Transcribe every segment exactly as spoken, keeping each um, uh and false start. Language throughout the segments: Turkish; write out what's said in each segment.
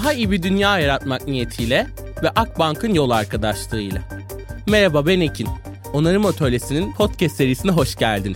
Daha iyi bir dünya yaratmak niyetiyle ve Akbank'ın yol arkadaşlığıyla. Merhaba, ben Ekin. Onarım Atölyesi'nin podcast serisine hoş geldiniz.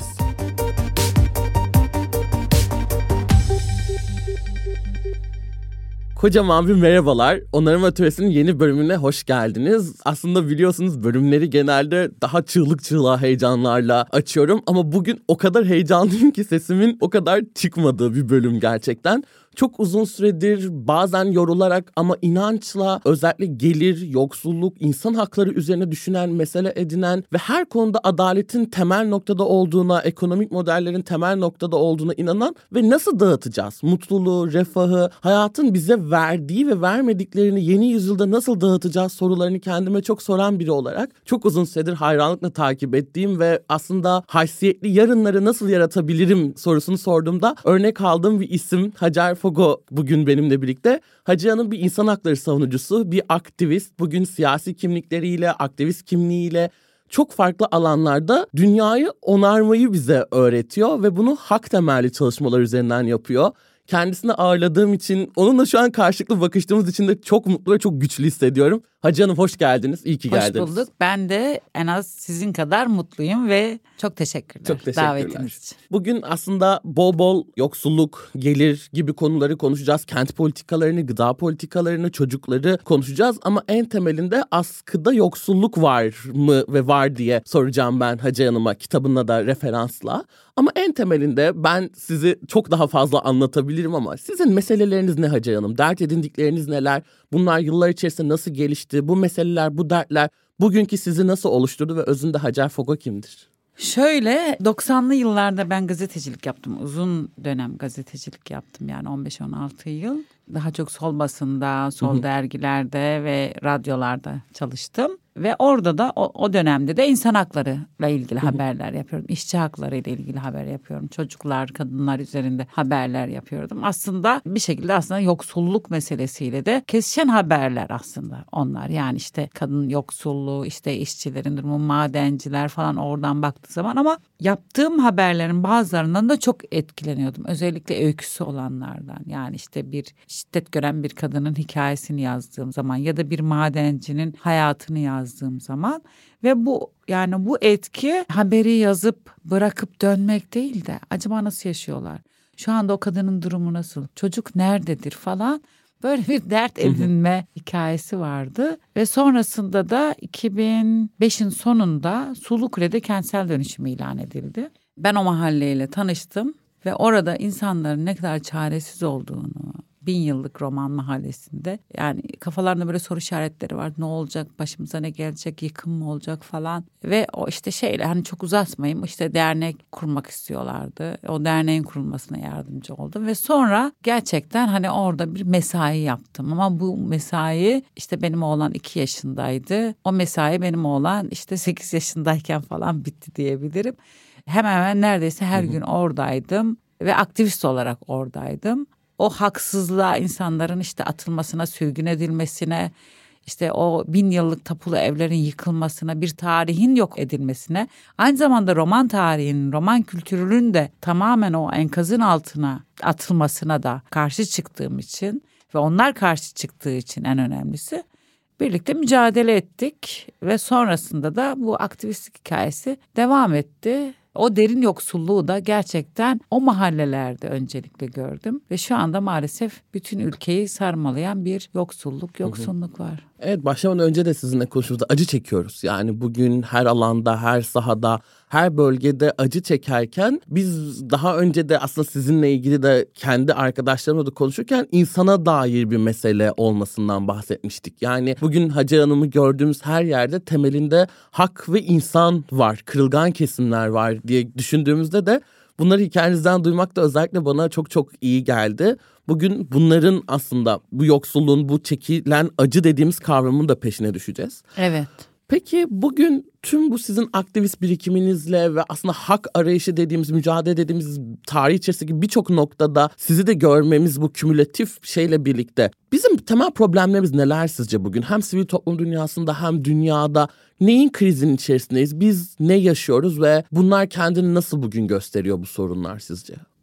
Kocaman bir merhabalar. Onarım Atölyesi'nin yeni bölümüne hoş geldiniz. Aslında biliyorsunuz bölümleri genelde daha çığlık çığlığa heyecanlarla açıyorum. Ama bugün o kadar heyecanlıyım ki sesimin o kadar çıkmadığı bir bölüm gerçekten. Çok uzun süredir bazen yorularak ama inançla özellikle gelir, yoksulluk, insan hakları üzerine düşünen, mesele edinen ve her konuda adaletin temel noktada olduğuna, ekonomik modellerin temel noktada olduğuna inanan ve nasıl dağıtacağız? Mutluluğu, refahı, hayatın bize verdiği ve vermediklerini yeni yüzyılda nasıl dağıtacağız sorularını kendime çok soran biri olarak çok uzun süredir hayranlıkla takip ettiğim ve aslında haysiyetli yarınları nasıl yaratabilirim sorusunu sorduğumda örnek aldığım bir isim Hacer Fogo bugün benimle birlikte. Hacı Hanım bir insan hakları savunucusu, bir aktivist. Bugün siyasi kimlikleriyle, aktivist kimliğiyle çok farklı alanlarda dünyayı onarmayı bize öğretiyor ve bunu hak temelli çalışmalar üzerinden yapıyor. Kendisini ağırladığım için, onunla şu an karşılıklı bakıştığımız için de çok mutlu ve çok güçlü hissediyorum. Hacı Hanım hoş geldiniz, iyi ki hoş geldiniz. Hoş bulduk. Ben de en az sizin kadar mutluyum ve çok teşekkürler, çok teşekkürler davetiniz için. Bugün aslında bol bol yoksulluk, gelir gibi konuları konuşacağız. Kent politikalarını, gıda politikalarını, çocukları konuşacağız. Ama en temelinde askıda yoksulluk var mı ve var diye soracağım ben Hacı Hanım'a kitabına da referansla. Ama en temelinde ben sizi çok daha fazla anlatabilirim ama sizin meseleleriniz ne Hacı Hanım? Dert edindikleriniz neler? Bunlar yıllar içerisinde nasıl gelişti? Bu meseleler, bu dertler bugünkü sizi nasıl oluşturdu ve özünde Hacer Fogo kimdir? Şöyle doksanlı yıllarda ben gazetecilik yaptım. Uzun dönem gazetecilik yaptım yani on beş on altı yıl. Daha çok sol basında, sol hı hı. dergilerde ve radyolarda çalıştım. Ve orada da o, o dönemde de insan haklarıyla ilgili hı hı. haberler yapıyorum. İşçi haklarıyla ilgili haber yapıyorum. Çocuklar, kadınlar üzerinde haberler yapıyordum. Aslında bir şekilde aslında yoksulluk meselesiyle de kesişen haberler aslında onlar. Yani işte kadın yoksulluğu, işte işçilerin durumu, madenciler falan oradan baktığı zaman ama yaptığım haberlerin bazılarından da çok etkileniyordum. Özellikle öyküsü olanlardan. Yani işte bir şiddet gören bir kadının hikayesini yazdığım zaman ya da bir madencinin hayatını yazdığım zaman ve bu yani bu etki haberi yazıp bırakıp dönmek değil de acaba nasıl yaşıyorlar? Şu anda o kadının durumu nasıl? Çocuk nerededir falan. Böyle bir dert edinme hikayesi vardı ve sonrasında da iki bin beşin sonunda Sulukule'de kentsel dönüşüm ilan edildi. Ben o mahalleyle tanıştım ve orada insanların ne kadar çaresiz olduğunu, bin yıllık Roman mahallesinde yani kafalarında böyle soru işaretleri var. Ne olacak, başımıza ne gelecek, yıkım mı olacak falan ve o işte şeyle hani çok uzatmayayım işte dernek kurmak istiyorlardı. O derneğin kurulmasına yardımcı oldum ve sonra gerçekten hani orada bir mesai yaptım ama bu mesai işte benim oğlan iki yaşındaydı. O mesai benim oğlan işte sekiz yaşındayken falan bitti diyebilirim. Hemen hemen neredeyse her hı hı. gün oradaydım ve aktivist olarak oradaydım. O haksızlığa insanların işte atılmasına, sürgün edilmesine, işte o bin yıllık tapulu evlerin yıkılmasına, bir tarihin yok edilmesine, aynı zamanda roman tarihinin, roman kültürünün de tamamen o enkazın altına atılmasına da karşı çıktığım için ve onlar karşı çıktığı için en önemlisi birlikte mücadele ettik ve sonrasında da bu aktivistlik hikayesi devam etti. O derin yoksulluğu da gerçekten o mahallelerde öncelikle gördüm. Ve şu anda maalesef bütün ülkeyi sarmalayan bir yoksulluk, yoksunluk var. Evet, başlamadan önce de sizinle konuşuyoruz. Acı çekiyoruz. Yani bugün her alanda, her sahada, her bölgede acı çekerken biz daha önce de aslında sizinle ilgili de kendi arkadaşlarımla da konuşurken insana dair bir mesele olmasından bahsetmiştik. Yani bugün Hacı Hanım'ı gördüğümüz her yerde temelinde hak ve insan var, kırılgan kesimler var diye düşündüğümüzde de bunları hikayenizden duymak da özellikle bana çok çok iyi geldi. Bugün bunların aslında bu yoksulluğun, bu çekilen acı dediğimiz kavramın da peşine düşeceğiz. Evet. Peki bugün tüm bu sizin aktivist birikiminizle ve aslında hak arayışı dediğimiz, mücadele dediğimiz tarih içerisindeki birçok noktada sizi de görmemiz bu kümülatif şeyle birlikte bizim temel problemlerimiz neler sizce bugün? Hem sivil toplum dünyasında hem dünyada neyin krizinin içerisindeyiz? Biz ne yaşıyoruz ve bunlar kendini nasıl bugün gösteriyor bu sorunlar sizce?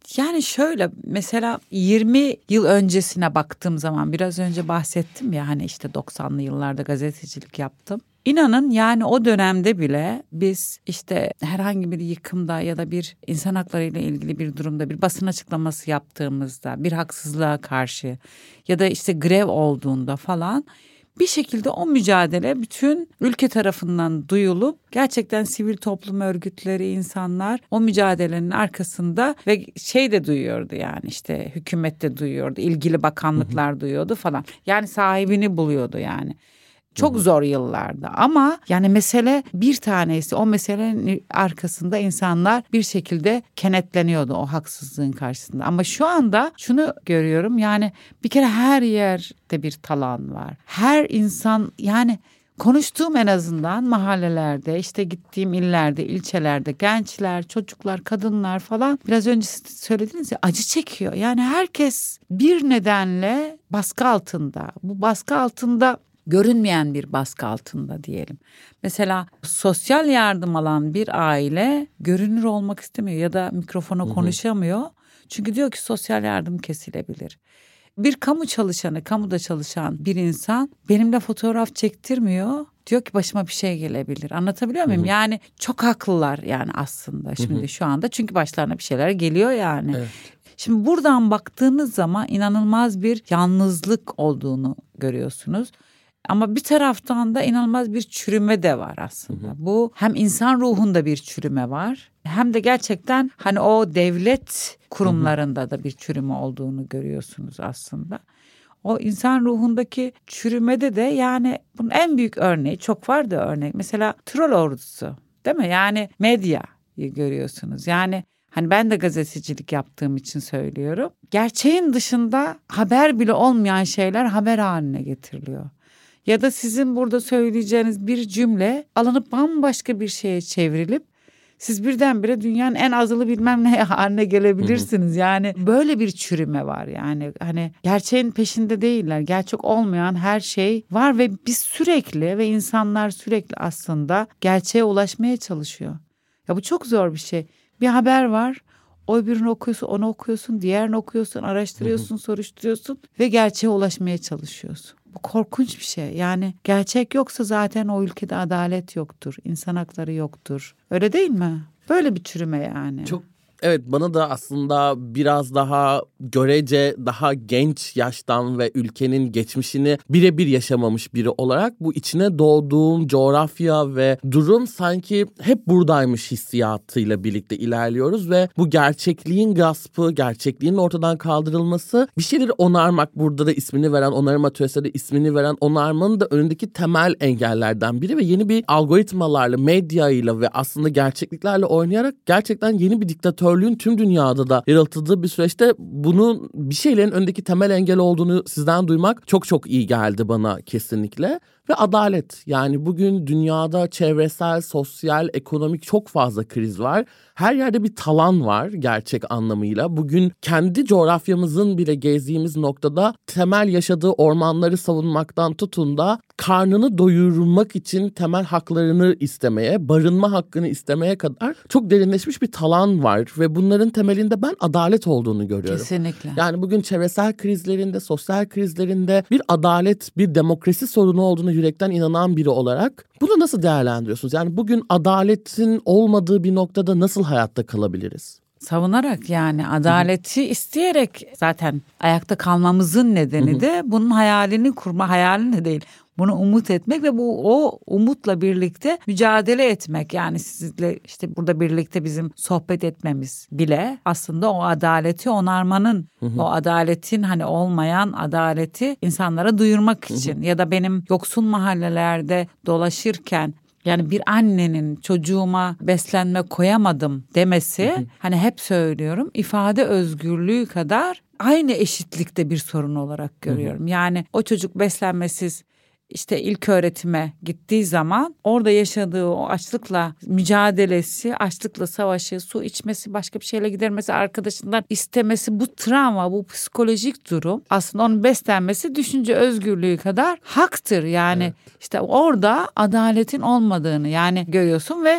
Yani şöyle, mesela yirmi yıl öncesine baktığım zaman, biraz önce bahsettim ya hani işte doksanlı yıllarda gazetecilik yaptım. İnanın yani o dönemde bile biz işte herhangi bir yıkımda ya da bir insan hakları ile ilgili bir durumda bir basın açıklaması yaptığımızda, bir haksızlığa karşı ya da işte grev olduğunda falan bir şekilde o mücadele bütün ülke tarafından duyulup gerçekten sivil toplum örgütleri, insanlar o mücadelenin arkasında ve şey de duyuyordu, yani işte hükümet de duyuyordu, ilgili bakanlıklar hı hı. duyuyordu falan. Yani sahibini buluyordu yani. Çok zor yıllarda ama yani mesele bir tanesi, o meselenin arkasında insanlar bir şekilde kenetleniyordu o haksızlığın karşısında. Ama şu anda şunu görüyorum, yani bir kere her yerde bir talan var. Her insan, yani konuştuğum en azından mahallelerde, işte gittiğim illerde, ilçelerde gençler, çocuklar, kadınlar falan biraz önce söylediğiniz ya, acı çekiyor. Yani herkes bir nedenle baskı altında. Bu baskı altında, görünmeyen bir baskı altında diyelim. Mesela sosyal yardım alan bir aile görünür olmak istemiyor ya da mikrofona hı hı. konuşamıyor. Çünkü diyor ki sosyal yardım kesilebilir. Bir kamu çalışanı, kamuda çalışan bir insan benimle fotoğraf çektirmiyor. Diyor ki başıma bir şey gelebilir. Anlatabiliyor muyum? Hı hı. Yani çok haklılar yani aslında şimdi hı hı. şu anda. Çünkü başlarına bir şeyler geliyor yani. Evet. Şimdi buradan baktığınız zaman inanılmaz bir yalnızlık olduğunu görüyorsunuz. Ama bir taraftan da inanılmaz bir çürüme de var aslında. Hı hı. Bu hem insan ruhunda bir çürüme var, hem de gerçekten hani o devlet kurumlarında hı hı. da bir çürüme olduğunu görüyorsunuz aslında. O insan ruhundaki çürümede de yani bunun en büyük örneği, çok var da örnek. Mesela troll ordusu, değil mi? Yani medyayı görüyorsunuz. Yani hani ben de gazetecilik yaptığım için söylüyorum. Gerçeğin dışında haber bile olmayan şeyler haber haline getiriliyor. Ya da sizin burada söyleyeceğiniz bir cümle alınıp bambaşka bir şeye çevrilip siz birdenbire dünyanın en azılı bilmem ne haline gelebilirsiniz. Hı hı. Yani böyle bir çürüme var yani. Hani gerçeğin peşinde değiller. Gerçek olmayan her şey var ve biz sürekli ve insanlar sürekli aslında gerçeğe ulaşmaya çalışıyor. Ya bu çok zor bir şey. Bir haber var. O öbürünü okuyorsun, onu okuyorsun, diğerini okuyorsun, araştırıyorsun, hı hı. soruşturuyorsun ve gerçeğe ulaşmaya çalışıyorsun. Bu korkunç bir şey. Yani gerçek yoksa zaten o ülkede adalet yoktur, insan hakları yoktur. Öyle değil mi? Böyle bir çürüme yani. Çok Evet, bana da aslında biraz daha görece daha genç yaştan ve ülkenin geçmişini birebir yaşamamış biri olarak bu içine doğduğum coğrafya ve durum sanki hep buradaymış hissiyatıyla birlikte ilerliyoruz ve bu gerçekliğin gaspı, gerçekliğin ortadan kaldırılması, bir şeyleri onarmak, burada da ismini veren, onarım atölyesinde ismini veren onarmanın da önündeki temel engellerden biri ve yeni bir algoritmalarla, medyayla ve aslında gerçekliklerle oynayarak gerçekten yeni bir diktatör tüm dünyada da yaratıldığı bir süreçte bunun bir şeylerin öndeki temel engel olduğunu sizden duymak çok çok iyi geldi bana kesinlikle. Ve adalet, yani bugün dünyada çevresel, sosyal, ekonomik çok fazla kriz var. Her yerde bir talan var gerçek anlamıyla. Bugün kendi coğrafyamızın bile gezdiğimiz noktada temel yaşadığı ormanları savunmaktan tutun da karnını doyurmak için temel haklarını istemeye, barınma hakkını istemeye kadar çok derinleşmiş bir talan var. Ve bunların temelinde ben adalet olduğunu görüyorum. Kesinlikle. Yani bugün çevresel krizlerinde, sosyal krizlerinde bir adalet, bir demokrasi sorunu olduğunu yürekten inanan biri olarak bunu nasıl değerlendiriyorsunuz? Yani bugün adaletin olmadığı bir noktada nasıl hayatta kalabiliriz? Savunarak, yani adaleti Hı-hı. isteyerek zaten ayakta kalmamızın nedeni Hı-hı. de bunun hayalini kurma, hayalini değil. Bunu umut etmek ve bu o umutla birlikte mücadele etmek. Yani sizle işte burada birlikte bizim sohbet etmemiz bile aslında o adaleti onarmanın, hı hı. o adaletin hani olmayan adaleti insanlara duyurmak için, hı hı. ya da benim yoksul mahallelerde dolaşırken yani bir annenin çocuğuma beslenme koyamadım demesi, hı hı. hani hep söylüyorum, ifade özgürlüğü kadar aynı eşitlikte bir sorun olarak görüyorum. Hı hı. Yani o çocuk beslenmesiz İşte ilk öğretime gittiği zaman orada yaşadığı o açlıkla mücadelesi, açlıkla savaşı, su içmesi, başka bir şeyle gidermesi, arkadaşından istemesi, bu travma, bu psikolojik durum aslında onun beslenmesi düşünce özgürlüğü kadar haktır. Yani evet. işte orada adaletin olmadığını yani görüyorsun ve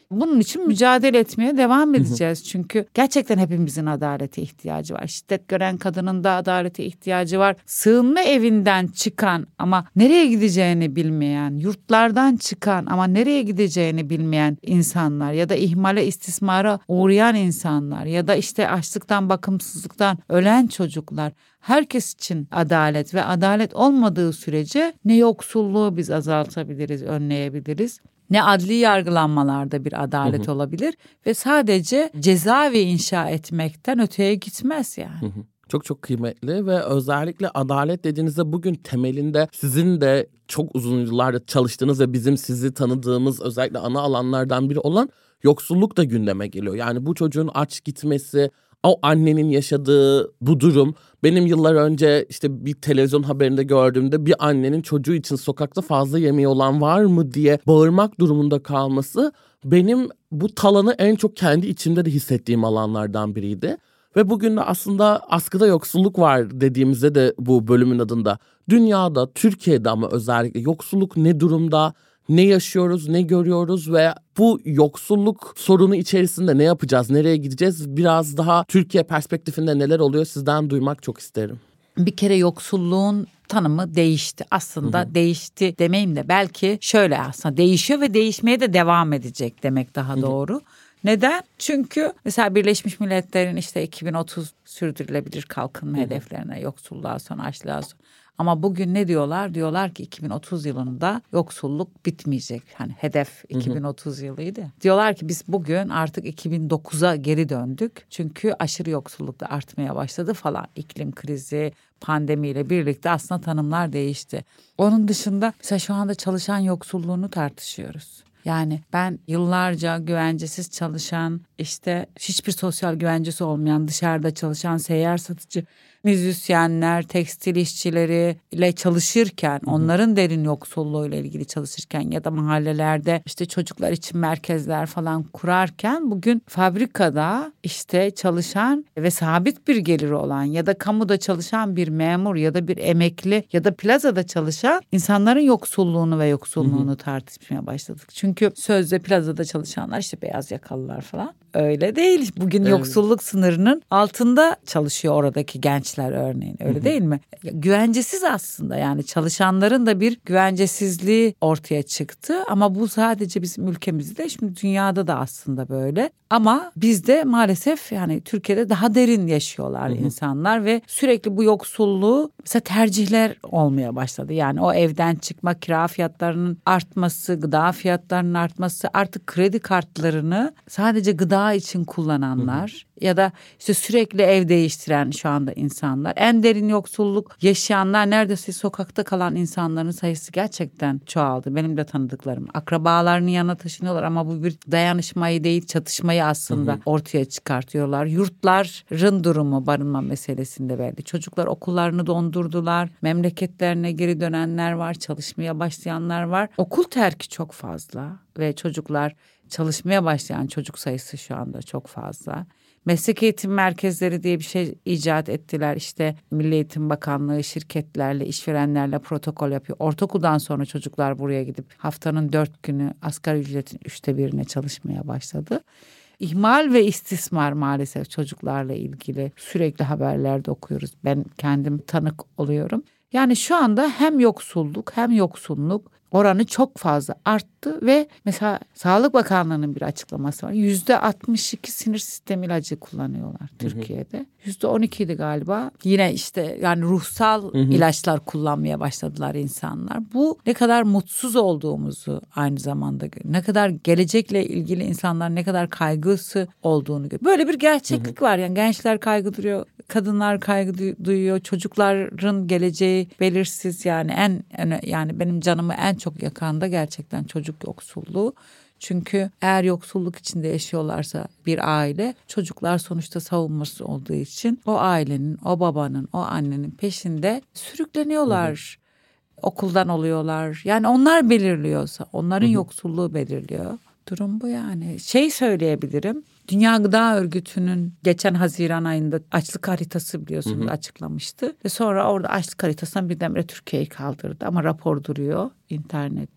bunun için mücadele etmeye devam edeceğiz. Çünkü gerçekten hepimizin adalete ihtiyacı var. Şiddet gören kadının da adalete ihtiyacı var. Sığınma evinden çıkan ama nereye gideceğini bilmeyen, yurtlardan çıkan ama nereye gideceğini bilmeyen insanlar ya da ihmale, istismara uğrayan insanlar ya da işte açlıktan, bakımsızlıktan ölen çocuklar. Herkes için adalet ve adalet olmadığı sürece ne yoksulluğu biz azaltabiliriz, önleyebiliriz. Ne adli yargılanmalarda bir adalet hı hı. olabilir ve sadece cezaevi inşa etmekten öteye gitmez yani. Hı hı. Çok çok kıymetli ve özellikle adalet dediğinizde bugün temelinde sizin de çok uzun yıllardır çalıştığınız ve bizim sizi tanıdığımız özellikle ana alanlardan biri olan yoksulluk da gündeme geliyor. Yani bu çocuğun aç gitmesi, o annenin yaşadığı bu durum, benim yıllar önce işte bir televizyon haberinde gördüğümde bir annenin çocuğu için sokakta fazla yemeği olan var mı diye bağırmak durumunda kalması benim bu talanı en çok kendi içimde de hissettiğim alanlardan biriydi. Ve bugün de aslında askıda yoksulluk var dediğimizde de bu bölümün adında dünyada, Türkiye'de ama özellikle yoksulluk ne durumda, ne yaşıyoruz, ne görüyoruz ve bu yoksulluk sorunu içerisinde ne yapacağız, nereye gideceğiz? Biraz daha Türkiye perspektifinde neler oluyor sizden duymak çok isterim. Bir kere yoksulluğun tanımı değişti. Aslında hı hı. değişti demeyeyim de belki şöyle aslında değişiyor ve değişmeye de devam edecek demek daha hı hı. doğru. Neden? Çünkü mesela Birleşmiş Milletler'in işte iki bin otuz sürdürülebilir kalkınma hı hı. hedeflerine, yoksulluğa son, açlığa son. Ama bugün ne diyorlar? Diyorlar ki iki bin otuz yılında yoksulluk bitmeyecek. Hani hedef iki bin otuz hı hı. yılıydı. Diyorlar ki biz bugün artık iki bin dokuza geri döndük. Çünkü aşırı yoksulluk da artmaya başladı falan. İklim krizi, pandemiyle birlikte aslında tanımlar değişti. Onun dışında mesela şu anda çalışan yoksulluğunu tartışıyoruz. Yani ben yıllarca güvencesiz çalışan, işte hiçbir sosyal güvencesi olmayan, dışarıda çalışan seyyar satıcı, müzisyenler, tekstil işçileri ile çalışırken, hı hı. onların derin yoksulluğuyla ilgili çalışırken ya da mahallelerde işte çocuklar için merkezler falan kurarken bugün fabrikada işte çalışan ve sabit bir geliri olan ya da kamuda çalışan bir memur ya da bir emekli ya da plazada çalışan insanların yoksulluğunu ve yoksulluğunu hı hı. tartışmaya başladık. Çünkü sözde plazada çalışanlar işte beyaz yakalılar falan. Öyle değil. Bugün evet. yoksulluk sınırının altında çalışıyor oradaki gençler örneğin. Öyle hı hı. değil mi? Güvencesiz aslında, yani çalışanların da bir güvencesizliği ortaya çıktı. Ama bu sadece bizim ülkemizde, şimdi dünyada da aslında böyle. Ama bizde maalesef yani Türkiye'de daha derin yaşıyorlar hı hı. insanlar ve sürekli bu yoksulluğu mesela tercihler olmaya başladı. Yani o evden çıkma, kira fiyatlarının artması, gıda fiyatlarının artması, artık kredi kartlarını sadece gıda için kullananlar hı hı. ya da işte sürekli ev değiştiren şu anda insanlar, en derin yoksulluk yaşayanlar, neredeyse sokakta kalan insanların sayısı gerçekten çoğaldı. Benim de tanıdıklarım akrabalarının yanına taşınıyorlar ama bu bir dayanışmayı değil, çatışmayı aslında hı hı. ortaya çıkartıyorlar. Yurtların durumu barınma meselesinde belli. Çocuklar okullarını dondurdular. Memleketlerine geri dönenler var, çalışmaya başlayanlar var. Okul terki çok fazla ve çocuklar çalışmaya başlayan çocuk sayısı şu anda çok fazla. Meslek eğitim merkezleri diye bir şey icat ettiler. İşte Milli Eğitim Bakanlığı şirketlerle, işverenlerle protokol yapıyor. Ortaokuldan sonra çocuklar buraya gidip haftanın dört günü asgari ücretin üçte birine çalışmaya başladı. İhmal ve istismar maalesef çocuklarla ilgili sürekli haberlerde okuyoruz. Ben kendim tanık oluyorum. Yani şu anda hem yoksulluk hem yoksulluk oranı çok fazla arttı ve mesela Sağlık Bakanlığı'nın bir açıklaması var. yüzde altmış iki sinir sistemi ilacı kullanıyorlar Türkiye'de. yüzde on ikiydi galiba. Yine işte yani ruhsal hı hı. ilaçlar kullanmaya başladılar insanlar. Bu ne kadar mutsuz olduğumuzu aynı zamanda görüyor. Ne kadar gelecekle ilgili insanlar ne kadar kaygısı olduğunu görüyor. Böyle bir gerçeklik hı hı. var. Yani gençler kaygı duyuyor, kadınlar kaygı duyuyor, çocukların geleceği belirsiz. Yani en, en yani benim canımı en çok yakan da gerçekten çocuk yoksulluğu. Çünkü eğer yoksulluk içinde yaşıyorlarsa bir aile, çocuklar sonuçta savunması olduğu için o ailenin, o babanın, o annenin peşinde sürükleniyorlar. Hı hı. Okuldan oluyorlar. Yani onlar belirliyorsa, onların hı hı. yoksulluğu belirliyor. Durum bu yani. Şey söyleyebilirim. Dünya Gıda Örgütü'nün geçen Haziran ayında açlık haritası biliyorsunuz hı hı. açıklamıştı. Ve sonra orada açlık haritasından birdenbire Türkiye'yi kaldırdı. Ama rapor duruyor internette.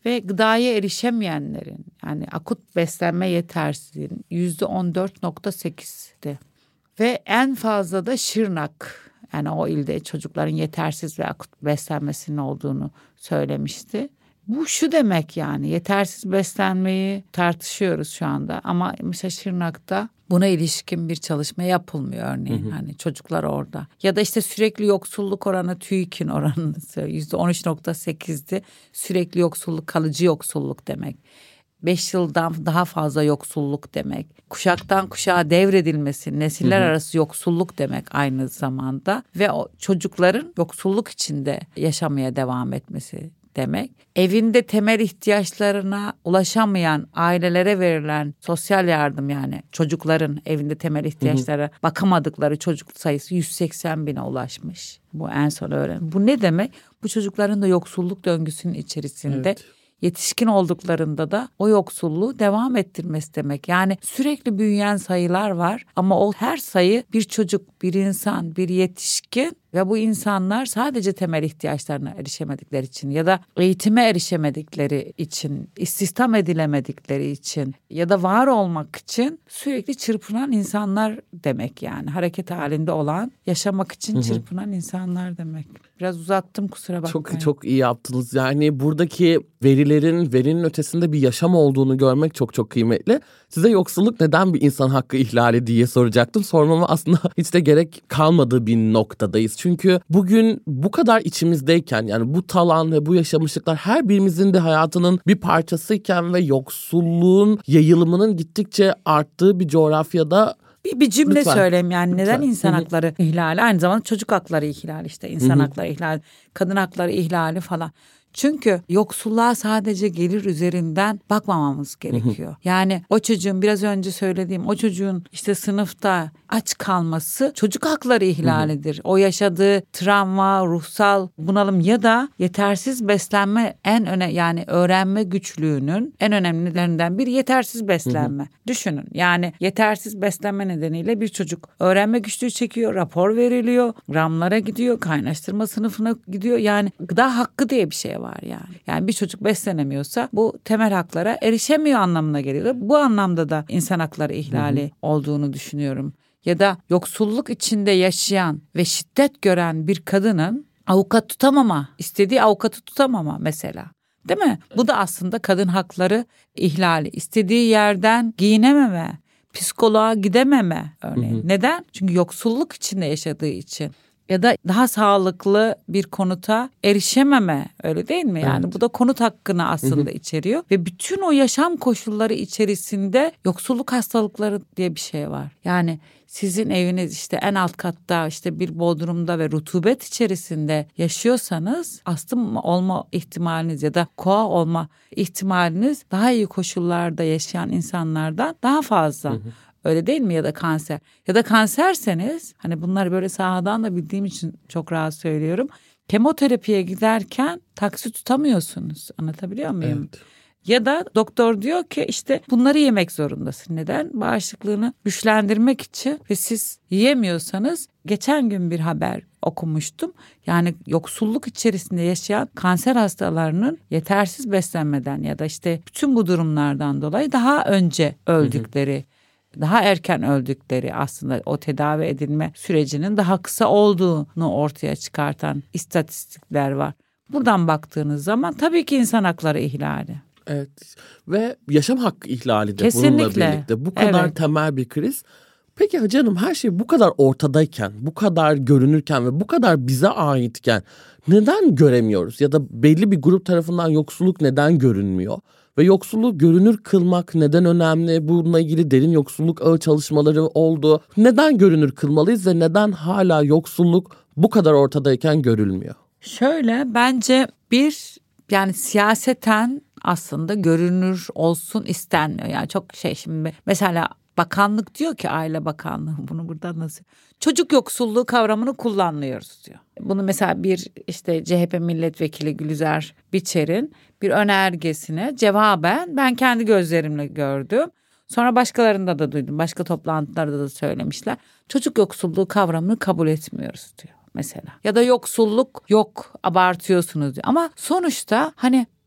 ve gıdaya erişemeyenlerin yani akut beslenme yetersizliğinin yüzde on dört nokta sekizdi. Ve en fazla da Şırnak, yani o ilde çocukların yetersiz ve akut beslenmesinin olduğunu söylemişti. Bu şu demek, yani yetersiz beslenmeyi tartışıyoruz şu anda ama mesela Şırnak'ta buna ilişkin bir çalışma yapılmıyor örneğin. Hı hı. Hani çocuklar orada. Ya da işte sürekli yoksulluk oranı, TÜİK'in oranı yüzde on üç nokta sekizdi. Sürekli yoksulluk kalıcı yoksulluk demek. Beş yıldan daha fazla yoksulluk demek. Kuşaktan kuşağa devredilmesi, nesiller hı hı. arası yoksulluk demek aynı zamanda. Ve o çocukların yoksulluk içinde yaşamaya devam etmesi demek. Evinde temel ihtiyaçlarına ulaşamayan ailelere verilen sosyal yardım, yani çocukların evinde temel ihtiyaçlara hı hı. bakamadıkları çocuk sayısı yüz seksen bine ulaşmış. Bu en son öğren. Bu ne demek? Bu çocukların da yoksulluk döngüsünün içerisinde evet. yetişkin olduklarında da o yoksulluğu devam ettirmesi demek. Yani sürekli büyüyen sayılar var ama o her sayı bir çocuk, bir insan, bir yetişkin ve bu insanlar sadece temel ihtiyaçlarına erişemedikleri için ya da eğitime erişemedikleri için, istihdam edilemedikleri için ya da var olmak için sürekli çırpınan insanlar demek yani. Hareket halinde olan, yaşamak için hı hı. çırpınan insanlar demek. Biraz uzattım, kusura bakmayın. Çok çok iyi yaptınız. Yani buradaki verilerin, verinin ötesinde bir yaşam olduğunu görmek çok çok kıymetli. Size yoksulluk neden bir insan hakkı ihlali diye soracaktım. Sormama aslında hiç de gerek kalmadığı bir noktadayız. Çünkü bugün bu kadar içimizdeyken, yani bu talan ve bu yaşamışlıklar her birimizin de hayatının bir parçasıyken ve yoksulluğun yayılımının gittikçe arttığı bir coğrafyada Bir, bir cümle lütfen. söyleyeyim yani neden Lütfen. insan Hı-hı. hakları ihlali, aynı zamanda çocuk hakları ihlali, işte insan Hı-hı. hakları ihlali, kadın hakları ihlali falan. Çünkü yoksulluğa sadece gelir üzerinden bakmamamız gerekiyor. Hı hı. Yani o çocuğun, biraz önce söylediğim o çocuğun işte sınıfta aç kalması çocuk hakları ihlalidir. Hı hı. O yaşadığı travma, ruhsal bunalım ya da yetersiz beslenme en öne yani öğrenme güçlüğünün en önemlilerinden biri yetersiz beslenme. Hı hı. Düşünün, yani yetersiz beslenme nedeniyle bir çocuk öğrenme güçlüğü çekiyor, rapor veriliyor, gramlara gidiyor, kaynaştırma sınıfına gidiyor. Yani gıda hakkı diye bir şey var yani. Yani bir çocuk beslenemiyorsa bu temel haklara erişemiyor anlamına geliyor. Bu anlamda da insan hakları ihlali hı hı. olduğunu düşünüyorum. Ya da yoksulluk içinde yaşayan ve şiddet gören bir kadının avukat tutamama, istediği avukatı tutamama mesela. Değil mi? Bu da aslında kadın hakları ihlali. İstediği yerden giyinememe, psikoloğa gidememe örneğin. Hı hı. Neden? Çünkü yoksulluk içinde yaşadığı için. Ya da daha sağlıklı bir konuta erişememe, öyle değil mi? Yani evet. Bu da konut hakkını aslında hı hı. içeriyor. Ve bütün o yaşam koşulları içerisinde yoksulluk hastalıkları diye bir şey var. Yani sizin eviniz işte en alt katta, işte bir bodrumda ve rutubet içerisinde yaşıyorsanız astım olma ihtimaliniz ya da koa olma ihtimaliniz daha iyi koşullarda yaşayan insanlardan daha fazla. Hı hı. Öyle değil mi? Ya da kanser. Ya da kanserseniz, hani bunları böyle sahadan da bildiğim için çok rahat söylüyorum. Kemoterapiye giderken taksi tutamıyorsunuz. Anlatabiliyor muyum? Evet. Ya da doktor diyor ki işte bunları yemek zorundasın. Neden? Bağışıklığını güçlendirmek için ve siz yiyemiyorsanız, geçen gün bir haber okumuştum. Yani yoksulluk içerisinde yaşayan kanser hastalarının yetersiz beslenmeden ya da işte bütün bu durumlardan dolayı daha önce öldükleri, hı hı. daha erken öldükleri, aslında o tedavi edilme sürecinin daha kısa olduğunu ortaya çıkartan istatistikler var. Buradan baktığınız zaman tabii ki insan hakları ihlali. Evet, ve yaşam hakkı ihlali de kesinlikle. Bununla birlikte. Bu kadar evet. temel bir kriz. Peki Hacı Hanım, her şey bu kadar ortadayken, bu kadar görünürken ve bu kadar bize aitken neden göremiyoruz? Ya da belli bir grup tarafından yoksulluk neden görünmüyor? Ve yoksulluğu görünür kılmak neden önemli? Bununla ilgili derin yoksulluk ağı çalışmaları oldu. Neden görünür kılmalıyız ve neden hala yoksulluk bu kadar ortadayken görülmüyor? Şöyle, bence bir, yani siyaseten aslında görünür olsun istenmiyor. Yani çok şey, şimdi mesela bakanlık diyor ki, Aile Bakanlığı, bunu buradan nasıl? Çocuk yoksulluğu kavramını kullanmıyoruz diyor. Bunu mesela bir işte C H P milletvekili Gülizar Biçer'in bir önergesine cevaben ben kendi gözlerimle gördüm. Sonra başkalarında da duydum. Başka toplantılarda da söylemişler. Çocuk yoksulluğu kavramını kabul etmiyoruz diyor mesela. Ya da yoksulluk yok, abartıyorsunuz diyor. Ama sonuçta hani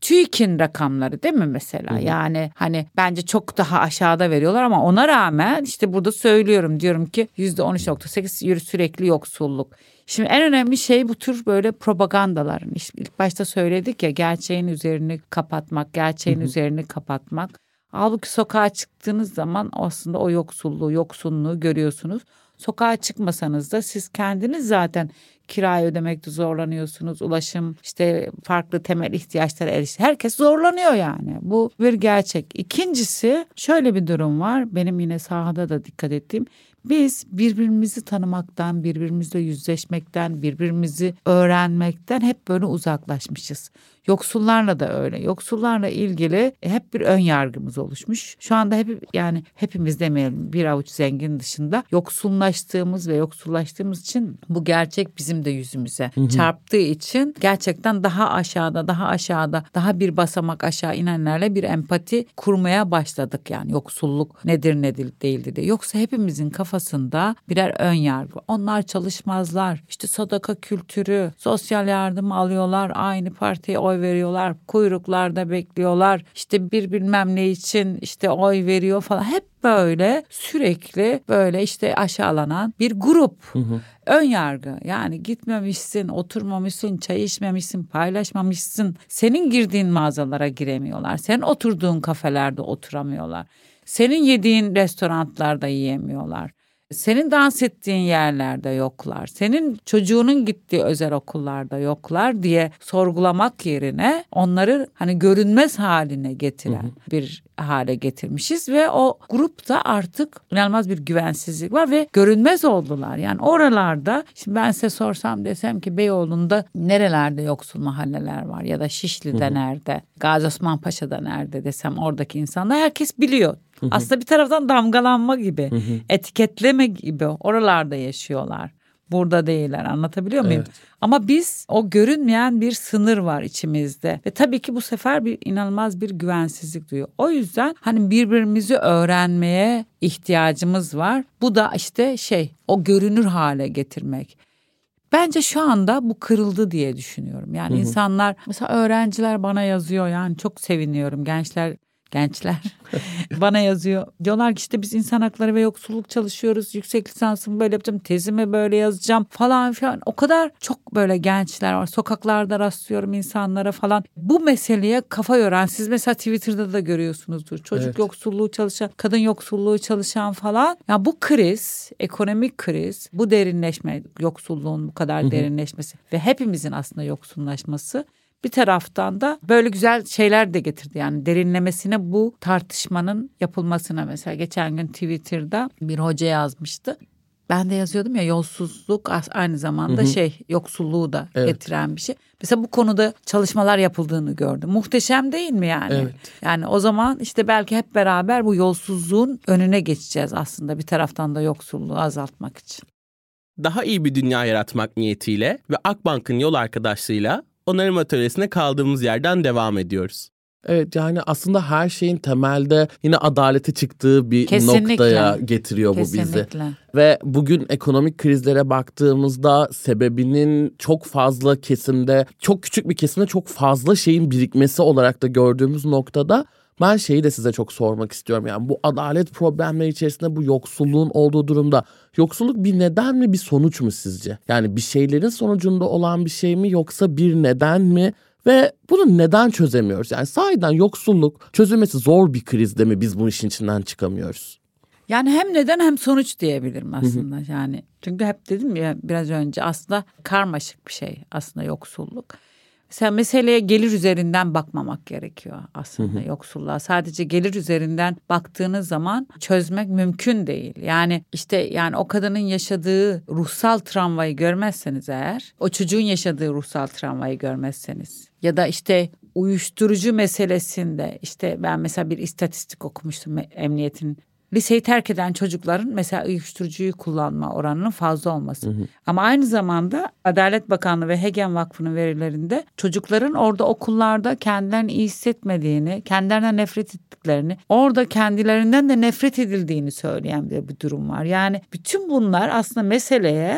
TÜİK'in rakamları değil mi mesela? Hı hı. Yani hani bence çok daha aşağıda veriyorlar ama ona rağmen işte burada söylüyorum, diyorum ki yüzde on üç nokta sekiz sürekli yoksulluk. Şimdi en önemli şey bu tür böyle propagandaların. İşte ilk başta söyledik ya, gerçeğin üzerini kapatmak, gerçeğin hı hı. üzerini kapatmak. Halbuki sokağa çıktığınız zaman aslında o yoksulluğu, yoksunluğu görüyorsunuz. Sokağa çıkmasanız da siz kendiniz zaten kirayı ödemekte zorlanıyorsunuz. Ulaşım, işte farklı temel ihtiyaçlara erişti. Herkes zorlanıyor yani. Bu bir gerçek. İkincisi şöyle bir durum var. Benim yine sahada da dikkat ettiğim. Biz birbirimizi tanımaktan, birbirimizle yüzleşmekten, birbirimizi öğrenmekten hep böyle uzaklaşmışız. Yoksullarla da öyle. Yoksullarla ilgili hep bir ön yargımız oluşmuş. Şu anda hep, yani hepimiz demeyelim, bir avuç zengin dışında yoksullaştığımız ve yoksullaştığımız için bu gerçek bizim de yüzümüze hı hı. çarptığı için gerçekten daha aşağıda, daha aşağıda, daha bir basamak aşağı inenlerle bir empati kurmaya başladık. Yani yoksulluk nedir nedir değildir diye. Yoksa hepimizin kafasında birer ön yargı. Onlar çalışmazlar. İşte sadaka kültürü, sosyal yardım alıyorlar, aynı partiye oy veriyorlar, kuyruklarda bekliyorlar, işte bir bilmem ne için işte oy veriyor falan. Hep böyle sürekli böyle işte aşağılanan bir grup. Hı hı. Ön yargı, yani gitmemişsin, oturmamışsın, çay içmemişsin, paylaşmamışsın. Senin girdiğin mağazalara giremiyorlar. Senin oturduğun kafelerde oturamıyorlar. Senin yediğin restoranlarda yiyemiyorlar. Senin dans ettiğin yerlerde yoklar. Senin çocuğunun gittiği özel okullarda yoklar diye sorgulamak yerine onları hani görünmez haline getiren hı hı. bir hale getirmişiz ve o grupta artık inanılmaz bir güvensizlik var ve görünmez oldular. Yani oralarda, şimdi ben size sorsam desem ki Beyoğlu'nda nerelerde yoksul mahalleler var ya da Şişli'de hı hı. nerede, Gazi Osman Paşa'da nerede desem, oradaki insanlar herkes biliyor. Hı hı. Aslında bir taraftan damgalanma gibi, hı hı. etiketleme gibi, oralarda yaşıyorlar. Burada değiller, anlatabiliyor muyum? Evet. Ama biz, o görünmeyen bir sınır var içimizde ve tabii ki bu sefer bir inanılmaz bir güvensizlik duyuyor. O yüzden hani birbirimizi öğrenmeye ihtiyacımız var. Bu da işte şey, o görünür hale getirmek. Bence şu anda bu kırıldı diye düşünüyorum. Yani hı hı. insanlar, mesela öğrenciler bana yazıyor, yani çok seviniyorum, gençler Gençler bana yazıyor. Diyorlar ki işte biz insan hakları ve yoksulluk çalışıyoruz. Yüksek lisansımı böyle yapacağım, tezimi böyle yazacağım falan filan. O kadar çok böyle gençler var. Sokaklarda rastlıyorum insanlara falan. Bu meseleye kafa yoran, siz mesela Twitter'da da görüyorsunuzdur. Çocuk evet. yoksulluğu çalışan, kadın yoksulluğu çalışan falan. Ya bu kriz, ekonomik kriz, bu derinleşme, yoksulluğun bu kadar derinleşmesi ve hepimizin aslında yoksullaşması bir taraftan da böyle güzel şeyler de getirdi. Yani derinlemesine bu tartışmanın yapılmasına. Mesela geçen gün Twitter'da bir hoca yazmıştı. Ben de yazıyordum ya, yolsuzluk aynı zamanda hı hı. şey, yoksulluğu da evet. getiren bir şey. Mesela bu konuda çalışmalar yapıldığını gördüm. Muhteşem değil mi yani? Evet. Yani o zaman işte belki hep beraber bu yolsuzluğun önüne geçeceğiz aslında, bir taraftan da yoksulluğu azaltmak için. Daha iyi bir dünya yaratmak niyetiyle ve Akbank'ın yol arkadaşlığıyla onarım atölyesine kaldığımız yerden devam ediyoruz. Evet, yani aslında her şeyin temelde yine adalete çıktığı bir Kesinlikle. noktaya getiriyor Kesinlikle. bu bizi. Ve bugün ekonomik krizlere baktığımızda sebebinin çok fazla kesimde, çok küçük bir kesimde çok fazla şeyin birikmesi olarak da gördüğümüz noktada ben şeyi de size çok sormak istiyorum. Yani bu adalet problemleri içerisinde bu yoksulluğun olduğu durumda yoksulluk bir neden mi, bir sonuç mu sizce? Yani bir şeylerin sonucunda olan bir şey mi, yoksa bir neden mi? Ve bunu neden çözemiyoruz? Yani sahiden yoksulluk çözülmesi zor bir krizde mi biz bu işin içinden çıkamıyoruz? Yani hem neden hem sonuç diyebilirim aslında. Hı hı. Yani çünkü hep dedim ya biraz önce, aslında karmaşık bir şey aslında yoksulluk. Mesela meseleye gelir üzerinden bakmamak gerekiyor aslında hı hı. yoksulluğa. Sadece gelir üzerinden baktığınız zaman çözmek mümkün değil. Yani işte yani o kadının yaşadığı ruhsal travmayı görmezseniz eğer, o çocuğun yaşadığı ruhsal travmayı görmezseniz ya da işte uyuşturucu meselesinde, işte ben mesela bir istatistik okumuştum emniyetin. Liseyi terk eden çocukların mesela uyuşturucuyu kullanma oranının fazla olması. Hı hı. Ama aynı zamanda Adalet Bakanlığı ve Hegen Vakfı'nın verilerinde çocukların orada okullarda kendilerini iyi hissetmediğini, kendilerinden nefret ettiklerini, orada kendilerinden de nefret edildiğini söyleyen bir, bir durum var. Yani bütün bunlar aslında meseleye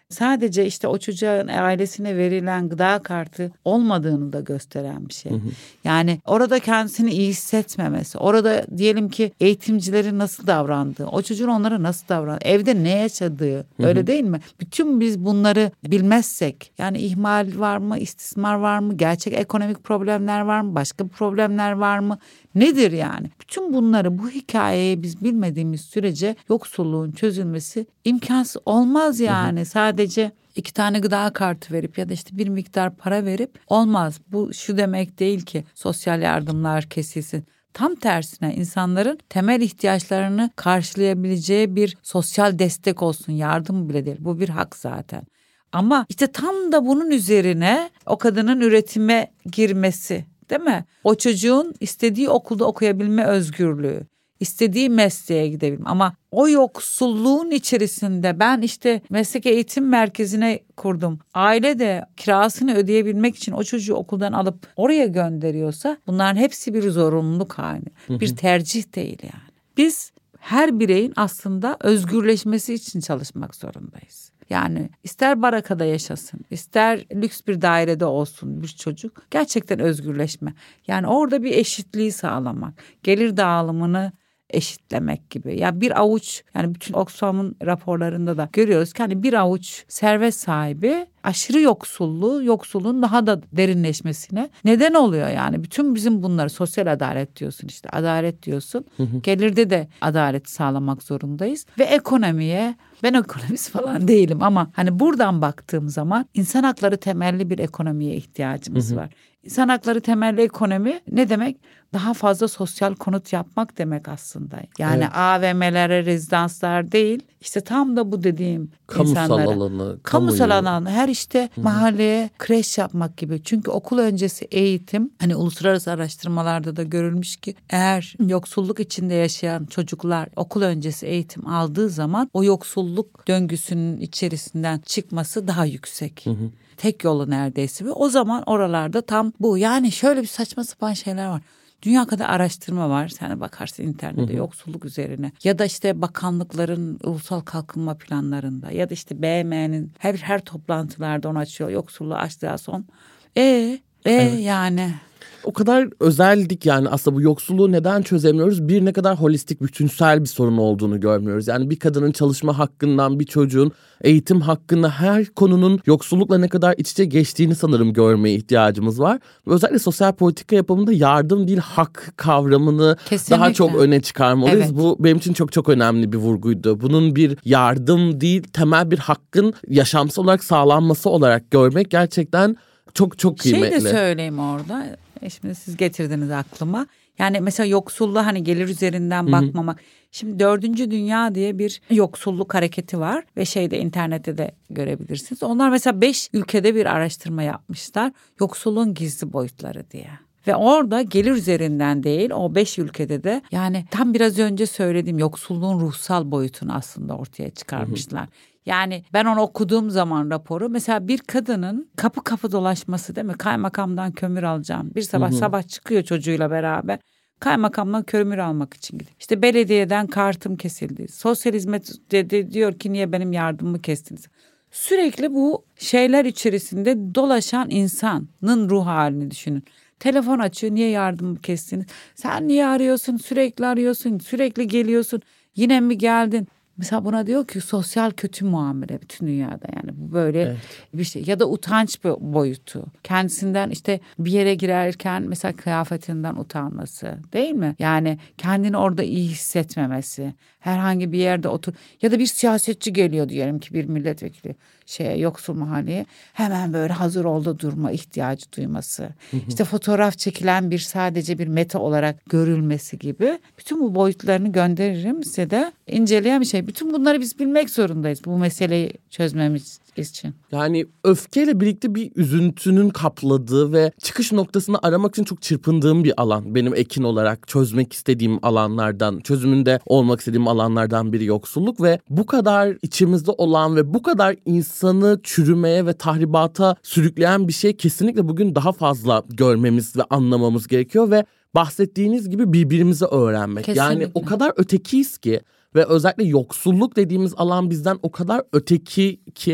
sadece işte o çocuğun ailesine verilen gıda kartı olmadığını da gösteren bir şey. Hı hı. Yani orada kendisini iyi hissetmemesi, orada diyelim ki eğitimcilerin nasıl davrandığı, o çocuğun onlara nasıl davrandığı, evde ne yaşadığı, hı hı. öyle değil mi? Bütün biz bunları bilmezsek, yani ihmal var mı, istismar var mı, gerçek ekonomik problemler var mı, başka problemler var mı? Nedir yani? Bütün bunları, bu hikayeyi biz bilmediğimiz sürece yoksulluğun çözülmesi imkansız olmaz yani. Hı hı. Sadece iki tane gıda kartı verip ya da işte bir miktar para verip olmaz. Bu şu demek değil ki sosyal yardımlar kesilsin. Tam tersine insanların temel ihtiyaçlarını karşılayabileceği bir sosyal destek olsun, yardım bile değil. Bu bir hak zaten. Ama işte tam da bunun üzerine o kadının üretime girmesi, değil mi? O çocuğun istediği okulda okuyabilme özgürlüğü, istediği mesleğe gidebilme. Ama o yoksulluğun içerisinde ben işte meslek eğitim merkezine kurdum. Aile de kirasını ödeyebilmek için o çocuğu okuldan alıp oraya gönderiyorsa bunların hepsi bir zorunluluk hali. Bir tercih değil yani. Biz her bireyin aslında özgürleşmesi için çalışmak zorundayız. Yani ister barakada yaşasın, ister lüks bir dairede olsun bir çocuk, gerçekten özgürleşme. Yani orada bir eşitliği sağlamak, gelir dağılımını eşitlemek gibi. Ya bir avuç, yani bütün Oxfam'ın raporlarında da görüyoruz ki hani bir avuç servet sahibi aşırı yoksulluğu, yoksulluğun daha da derinleşmesine neden oluyor yani. Bütün bizim bunları, sosyal adalet diyorsun, işte adalet diyorsun. Hı hı. Gelirde de adalet sağlamak zorundayız ve ekonomiye, ben ekonomist falan değilim ama hani buradan baktığım zaman insan hakları temelli bir ekonomiye ihtiyacımız hı hı. var. İnsan hakları temelli ekonomi ne demek? Daha fazla sosyal konut yapmak demek aslında. Yani evet. A V M'lere, rezidanslar değil, işte tam da bu dediğim kamusal insanlara. alanı, kamusal alanı, her işte Hı-hı. mahalleye kreş yapmak gibi. Çünkü okul öncesi eğitim, hani uluslararası araştırmalarda da görülmüş ki eğer yoksulluk içinde yaşayan çocuklar okul öncesi eğitim aldığı zaman o yoksulluk döngüsünün içerisinden çıkması daha yüksek. Hı-hı. Tek yolu neredeyse ve o zaman oralarda tam bu. Yani şöyle bir saçma sapan şeyler var. Dünya kadar araştırma var. Sen bakarsın internette, hı hı. yoksulluk üzerine. Ya da işte bakanlıkların ulusal kalkınma planlarında. Ya da işte B M N'nin her her toplantılarda onu açıyor. Yoksulluğu açtığı son. E, e evet. yani... O kadar özeldik yani aslında bu yoksulluğu neden çözemiyoruz? Bir, ne kadar holistik, bütünsel bir sorun olduğunu görmüyoruz. Yani bir kadının çalışma hakkından bir çocuğun eğitim hakkında her konunun yoksullukla ne kadar iç içe geçtiğini sanırım görmeye ihtiyacımız var. Özellikle sosyal politika yapımında yardım değil hak kavramını Kesinlikle. daha çok öne çıkarmalıyız. Evet. Bu benim için çok çok önemli bir vurguydu. Bunun bir yardım değil, temel bir hakkın yaşamsal olarak sağlanması olarak görmek gerçekten çok çok kıymetli. Şey de söyleyeyim orada. Şimdi siz getirdiniz aklıma. Yani mesela yoksulluğa hani gelir üzerinden Hı-hı. bakmamak. Şimdi dördüncü dünya diye bir yoksulluk hareketi var ve şeyde internette de görebilirsiniz. Onlar mesela beş ülkede bir araştırma yapmışlar. Yoksulluğun gizli boyutları diye. Ve orada gelir üzerinden değil, o beş ülkede de yani tam biraz önce söylediğim yoksulluğun ruhsal boyutunu aslında ortaya çıkarmışlar. Hı-hı. Yani ben onu okuduğum zaman raporu, mesela bir kadının kapı kapı dolaşması, değil mi? Kaymakamdan kömür alacağım. Bir sabah hı hı. sabah çıkıyor çocuğuyla beraber. Kaymakamdan kömür almak için gidiyor. İşte belediyeden kartım kesildi. Sosyal hizmet dedi, diyor ki niye benim yardımımı kestiniz? Sürekli bu şeyler içerisinde dolaşan insanın ruh halini düşünün. Telefon açıyor, niye yardımımı kestiniz? Sen niye arıyorsun? Sürekli arıyorsun, sürekli geliyorsun. Yine mi geldin? Mesela buna diyor ki sosyal kötü muamele bütün dünyada, yani bu böyle evet. bir şey. Ya da utanç boyutu. Kendisinden işte bir yere girerken mesela kıyafetinden utanması, değil mi? Yani kendini orada iyi hissetmemesi. Herhangi bir yerde otur ya da bir siyasetçi geliyor diyelim ki, bir milletvekili şeye, yoksul mahalleye, hemen böyle hazır oldu durma ihtiyacı duyması. Hı hı. İşte fotoğraf çekilen bir sadece bir meta olarak görülmesi gibi. Bütün bu boyutlarını gönderirim size de, inceleyen bir şey. Bütün bunları biz bilmek zorundayız bu meseleyi çözmemiz için. Yani öfkeyle birlikte bir üzüntünün kapladığı ve çıkış noktasını aramak için çok çırpındığım bir alan. Benim Ekin olarak çözmek istediğim alanlardan, çözümünde olmak istediğim alanlardan biri yoksulluk ve bu kadar içimizde olan ve bu kadar insanı çürümeye ve tahribata sürükleyen bir şey kesinlikle bugün daha fazla görmemiz ve anlamamız gerekiyor ve bahsettiğiniz gibi birbirimizi öğrenmek. Kesinlikle. Yani o kadar ötekiyiz ki ve özellikle yoksulluk dediğimiz alan bizden o kadar öteki ki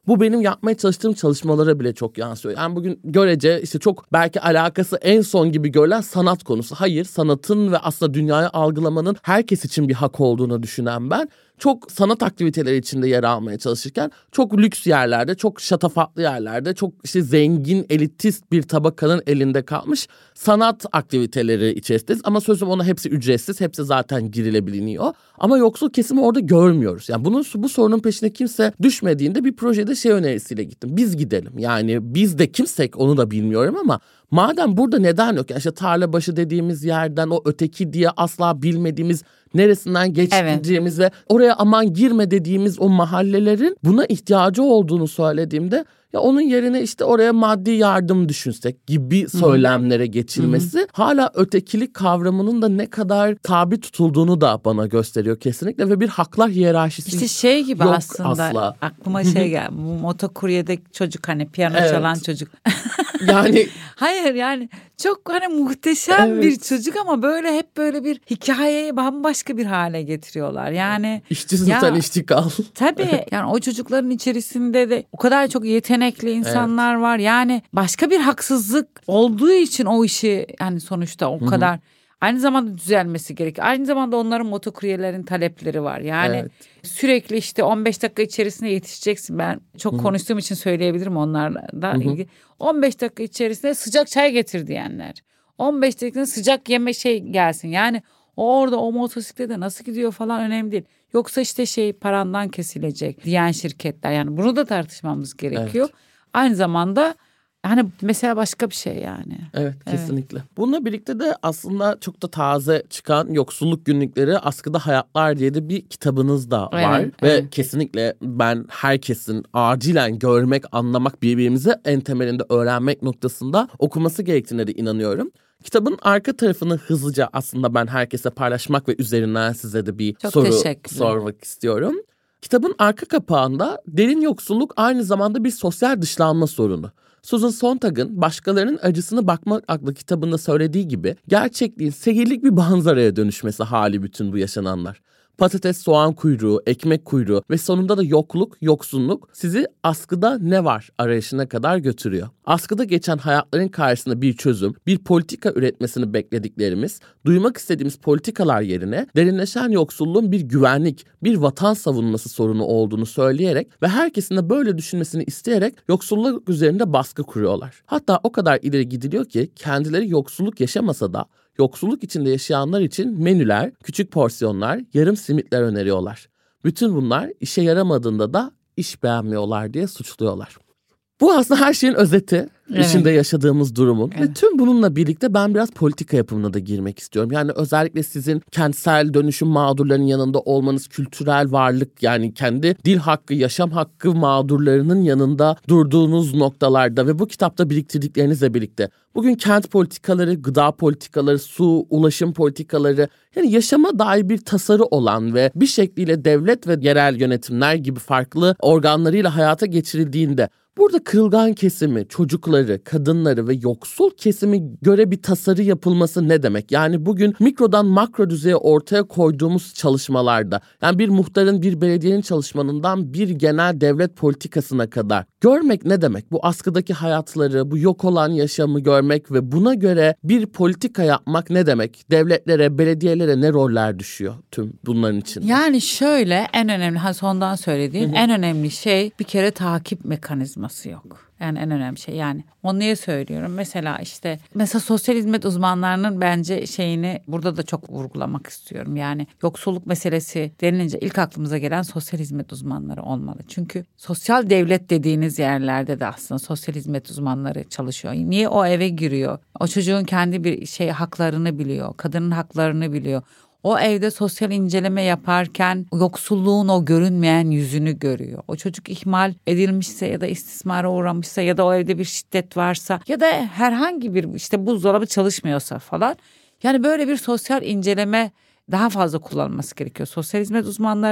Bu benim yapmaya çalıştığım çalışmalara bile çok yansıyor. Yani bugün görece işte çok belki alakası en son gibi görülen sanat konusu. Hayır, sanatın ve aslında dünyayı algılamanın herkes için bir hak olduğunu düşünen ben, çok sanat aktiviteleri içinde yer almaya çalışırken çok lüks yerlerde, çok şatafatlı yerlerde, çok işte zengin, elitist bir tabakanın elinde kalmış sanat aktiviteleri içerisindeyiz. Ama sözüm ona hepsi ücretsiz, hepsi zaten girilebiliyor. Ama yoksul kesimi orada görmüyoruz. Yani bunun bu sorunun peşine kimse düşmediğinde bir projede şey önerisiyle gittim. Biz gidelim. Yani biz de kimsek onu da bilmiyorum ama madem burada neden yok? Yani işte Tarlabaşı dediğimiz yerden o öteki diye asla bilmediğimiz, neresinden geçtiğimiz evet. ve oraya aman girme dediğimiz o mahallelerin buna ihtiyacı olduğunu söylediğimde, ya onun yerine işte oraya maddi yardım düşünsek gibi söylemlere geçilmesi Hı-hı. hala ötekilik kavramının da ne kadar tabi tutulduğunu da bana gösteriyor kesinlikle ve bir haklar hiyerarşisi İşte şey gibi yok aslında asla. Aklıma şey geldi. Bu motokuryede çocuk, hani piyano evet. çalan çocuk. Yani hayır yani çok hani muhteşem evet. bir çocuk ama böyle hep böyle bir hikayeyi bambaşka bir hale getiriyorlar. Yani işçi sınıftan işçi kal. Tabii yani o çocukların içerisinde de o kadar çok yetenekli insanlar evet. var. Yani başka bir haksızlık olduğu için o işi yani sonuçta o Hı-hı. kadar aynı zamanda düzelmesi gerekiyor. Aynı zamanda onların motokuryelerin talepleri var. Yani evet. sürekli işte on beş dakika içerisinde yetişeceksin. Ben çok Hı-hı. konuştuğum için söyleyebilirim onlarla da ilgili. on beş dakika içerisinde sıcak çay getir diyenler. on beş dakika sıcak yeme şey gelsin. Yani o orada o motosiklete nasıl gidiyor falan önemli değil. Yoksa işte şey parandan kesilecek diyen şirketler. Yani bunu da tartışmamız gerekiyor. Evet. Aynı zamanda hani mesela başka bir şey yani. Evet, kesinlikle. Evet. Bununla birlikte de aslında çok da taze çıkan Yoksulluk Günlükleri Askıda Hayatlar diye de bir kitabınız da var. Evet, ve evet. kesinlikle ben herkesin acilen görmek, anlamak, birbirimizi en temelinde öğrenmek noktasında okuması gerektiğine de inanıyorum. Kitabın arka tarafını hızlıca aslında ben herkese paylaşmak ve üzerinden size de bir Çok soru sormak istiyorum. Kitabın arka kapağında derin yoksulluk aynı zamanda bir sosyal dışlanma sorunu. Susan Sontag'ın Başkalarının Acısını Bakmak adlı kitabında söylediği gibi gerçekliğin seyirlik bir manzaraya dönüşmesi hali bütün bu yaşananlar. Patates, soğan kuyruğu, ekmek kuyruğu ve sonunda da yokluk, yoksunluk sizi askıda ne var arayışına kadar götürüyor. Askıda geçen hayatların karşısında bir çözüm, bir politika üretmesini beklediklerimiz, duymak istediğimiz politikalar yerine derinleşen yoksulluğun bir güvenlik, bir vatan savunması sorunu olduğunu söyleyerek ve herkesin de böyle düşünmesini isteyerek yoksulluk üzerinde baskı kuruyorlar. Hatta o kadar ileri gidiliyor ki kendileri yoksulluk yaşamasa da yoksulluk içinde yaşayanlar için menüler, küçük porsiyonlar, yarım simitler öneriyorlar. Bütün bunlar işe yaramadığında da iş beğenmiyorlar diye suçluyorlar. Bu aslında her şeyin özeti. Evet. İçinde yaşadığımız durumun. Evet. Ve tüm bununla birlikte ben biraz politika yapımına da girmek istiyorum. Yani özellikle sizin kentsel dönüşüm mağdurlarının yanında olmanız, kültürel varlık yani kendi dil hakkı, yaşam hakkı mağdurlarının yanında durduğunuz noktalarda ve bu kitapta biriktirdiklerinizle birlikte bugün kent politikaları, gıda politikaları, su, ulaşım politikaları yani yaşama dair bir tasarı olan ve bir şekliyle devlet ve yerel yönetimler gibi farklı organlarıyla hayata geçirildiğinde burada kırılgan kesimi, çocukları, kadınları ve yoksul kesimi göre bir tasarı yapılması ne demek? Yani bugün mikrodan makro düzeye ortaya koyduğumuz çalışmalarda, yani bir muhtarın, bir belediyenin çalışmanından bir genel devlet politikasına kadar görmek ne demek? Bu askıdaki hayatları, bu yok olan yaşamı görmek ve buna göre bir politika yapmak ne demek? Devletlere, belediyelere ne roller düşüyor tüm bunların için? Yani şöyle en önemli, ha sondan söylediğim en önemli şey bir kere takip mekanizması yok. Yani en önemli şey yani. Onu niye söylüyorum? Mesela işte mesela sosyal hizmet uzmanlarının bence şeyini burada da çok vurgulamak istiyorum. Yani yoksulluk meselesi denilince ilk aklımıza gelen sosyal hizmet uzmanları olmalı. Çünkü sosyal devlet dediğiniz yerlerde de aslında sosyal hizmet uzmanları çalışıyor. Niye o eve giriyor? O çocuğun kendi bir şey haklarını biliyor. Kadının haklarını biliyor. O evde sosyal inceleme yaparken yoksulluğun o görünmeyen yüzünü görüyor. O çocuk ihmal edilmişse ya da istismara uğramışsa ya da o evde bir şiddet varsa ya da herhangi bir işte buzdolabı çalışmıyorsa falan. Yani böyle bir sosyal inceleme daha fazla kullanılması gerekiyor. Sosyal hizmet uzmanlarının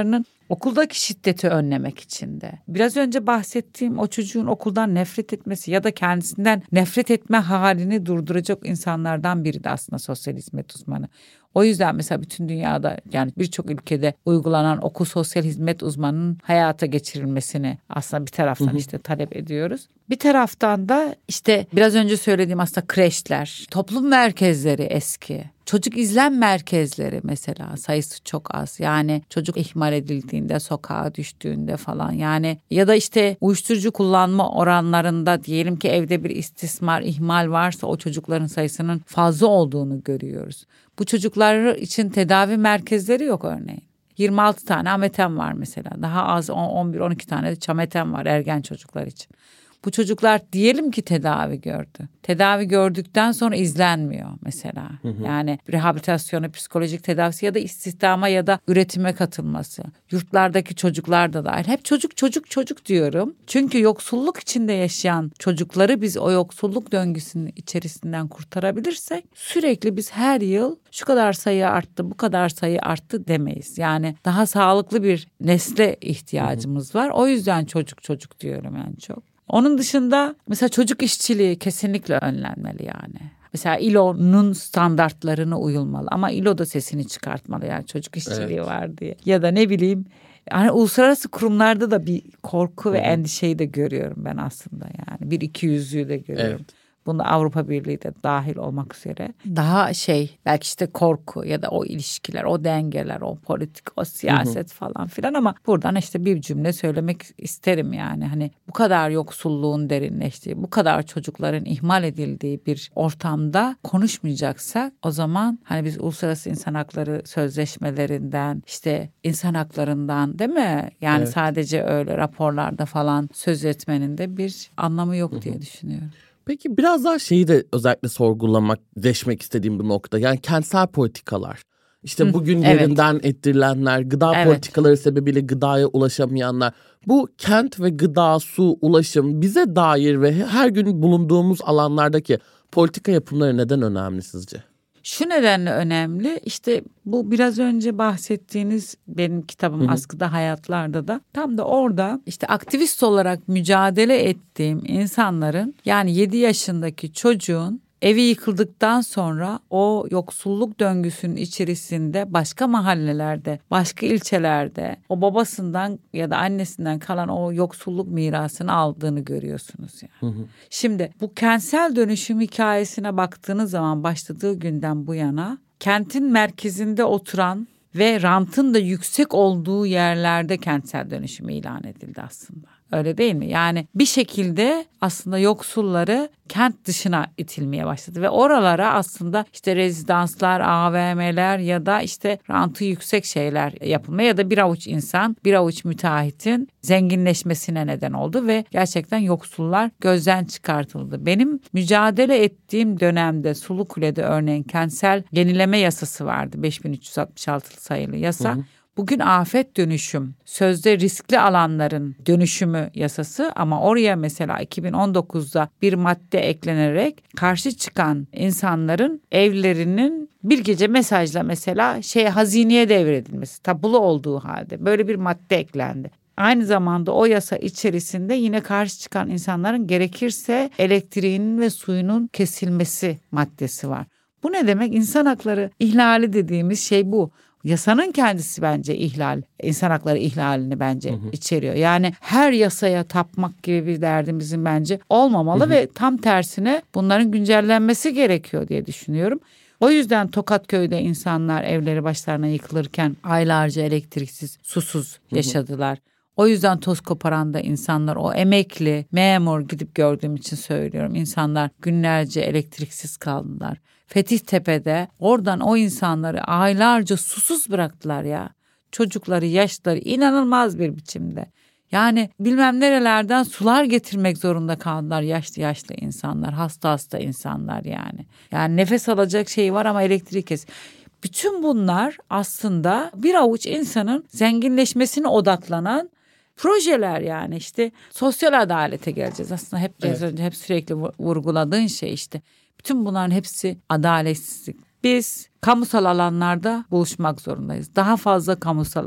Okuldaki şiddeti önlemek için de. Biraz önce bahsettiğim o çocuğun okuldan nefret etmesi ya da kendisinden nefret etme halini durduracak insanlardan biri de aslında sosyal hizmet uzmanı. O yüzden mesela bütün dünyada yani birçok ülkede uygulanan okul sosyal hizmet uzmanının hayata geçirilmesini aslında bir taraftan hı hı. işte talep ediyoruz. Bir taraftan da işte biraz önce söylediğim aslında kreşler, toplum merkezleri eski. Çocuk izlem merkezleri mesela sayısı çok az. Yani çocuk ihmal edildiğinde, sokağa düştüğünde falan yani ya da işte uyuşturucu kullanma oranlarında diyelim ki evde bir istismar, ihmal varsa o çocukların sayısının fazla olduğunu görüyoruz. Bu çocuklar için tedavi merkezleri yok örneğin. yirmi altı tane ametem var mesela. Daha az on bir on iki tane de çametem var ergen çocuklar için. Bu çocuklar diyelim ki tedavi gördü. Tedavi gördükten sonra izlenmiyor mesela. Hı hı. Yani rehabilitasyonu, psikolojik tedavisi ya da istihdama ya da üretime katılması. Yurtlardaki çocuklar da dahil. Hep çocuk çocuk çocuk diyorum. Çünkü yoksulluk içinde yaşayan çocukları biz o yoksulluk döngüsünün içerisinden kurtarabilirsek sürekli biz her yıl şu kadar sayı arttı, bu kadar sayı arttı demeyiz. Yani daha sağlıklı bir nesle ihtiyacımız hı hı. var. O yüzden çocuk çocuk diyorum yani çok. Onun dışında mesela çocuk işçiliği kesinlikle önlenmeli yani. Mesela İ L O'nun standartlarına uyulmalı ama İ L O da sesini çıkartmalı yani çocuk işçiliği evet. var diye. Ya da ne bileyim hani uluslararası kurumlarda da bir korku ve Hı-hı. endişeyi de görüyorum ben aslında yani. Bir iki yüzlüğü de görüyorum. Evet. Bunda Avrupa Birliği de dahil olmak üzere. Daha şey belki işte korku ya da o ilişkiler, o dengeler, o politik, o siyaset hı hı. falan filan ama buradan işte bir cümle söylemek isterim yani. Hani bu kadar yoksulluğun derinleştiği, bu kadar çocukların ihmal edildiği bir ortamda konuşmayacaksak o zaman hani biz uluslararası insan hakları sözleşmelerinden işte insan haklarından değil mi? Yani evet. sadece öyle raporlarda falan söz etmenin de bir anlamı yok hı hı. diye düşünüyorum. Peki biraz daha şeyi de özellikle sorgulamak, deşmek istediğim bir nokta. Yani kentsel politikalar. İşte Hı, bugün evet. yerinden ettirilenler, gıda evet. politikaları sebebiyle gıdaya ulaşamayanlar. Bu kent ve gıda, su, ulaşım bize dair ve her gün bulunduğumuz alanlardaki politika yapımları neden önemli sizce? Şu nedenle önemli işte bu biraz önce bahsettiğiniz benim kitabım Hı-hı. Askıda Hayatlarda da tam da orada işte aktivist olarak mücadele ettiğim insanların yani yedi yaşındaki çocuğun evi yıkıldıktan sonra o yoksulluk döngüsünün içerisinde başka mahallelerde, başka ilçelerde o babasından ya da annesinden kalan o yoksulluk mirasını aldığını görüyorsunuz yani. Hı hı. Şimdi bu kentsel dönüşüm hikayesine baktığınız zaman başladığı günden bu yana kentin merkezinde oturan ve rantın da yüksek olduğu yerlerde kentsel dönüşüm ilan edildi aslında. Öyle değil mi? Yani bir şekilde aslında yoksulları kent dışına itilmeye başladı ve oralara aslında işte rezidanslar, A V M'ler ya da işte rantı yüksek şeyler yapılmaya ya da bir avuç insan, bir avuç müteahhitin zenginleşmesine neden oldu ve gerçekten yoksullar gözden çıkartıldı. Benim mücadele ettiğim dönemde Sulukule'de örneğin kentsel yenileme yasası vardı. beş bin üç yüz altmış altı sayılı yasa. Hı hı. Bugün afet dönüşüm, sözde riskli alanların dönüşümü yasası ama oraya mesela iki bin on dokuzda bir madde eklenerek karşı çıkan insanların evlerinin bir gece mesajla mesela şey hazineye devredilmesi tabulu olduğu halde böyle bir madde eklendi. Aynı zamanda o yasa içerisinde yine karşı çıkan insanların gerekirse elektriğinin ve suyunun kesilmesi maddesi var. Bu ne demek? İnsan hakları ihlali dediğimiz şey bu. Yasanın kendisi bence ihlal, insan hakları ihlalini bence hı hı. içeriyor. Yani her yasaya tapmak gibi bir derdimizin bence olmamalı hı hı. ve tam tersine bunların güncellenmesi gerekiyor diye düşünüyorum. O yüzden Tokatköy'de insanlar evleri başlarına yıkılırken aylarca elektriksiz, susuz yaşadılar. Hı hı. O yüzden toz koparan da insanlar o emekli, memur gidip gördüğüm için söylüyorum. İnsanlar günlerce elektriksiz kaldılar. Fethiye'de oradan o insanları aylarca susuz bıraktılar ya. Çocukları, yaşları inanılmaz bir biçimde. Yani bilmem nerelerden sular getirmek zorunda kaldılar yaşlı yaşlı insanlar, hasta hasta insanlar yani. Yani nefes alacak şey var ama elektrik kes. Bütün bunlar aslında bir avuç insanın zenginleşmesine odaklanan projeler yani işte sosyal adalete geleceğiz. Aslında hep evet. önce hep sürekli vurguladığın şey işte. Bütün bunların hepsi adaletsizlik. Biz kamusal alanlarda buluşmak zorundayız. Daha fazla kamusal alan.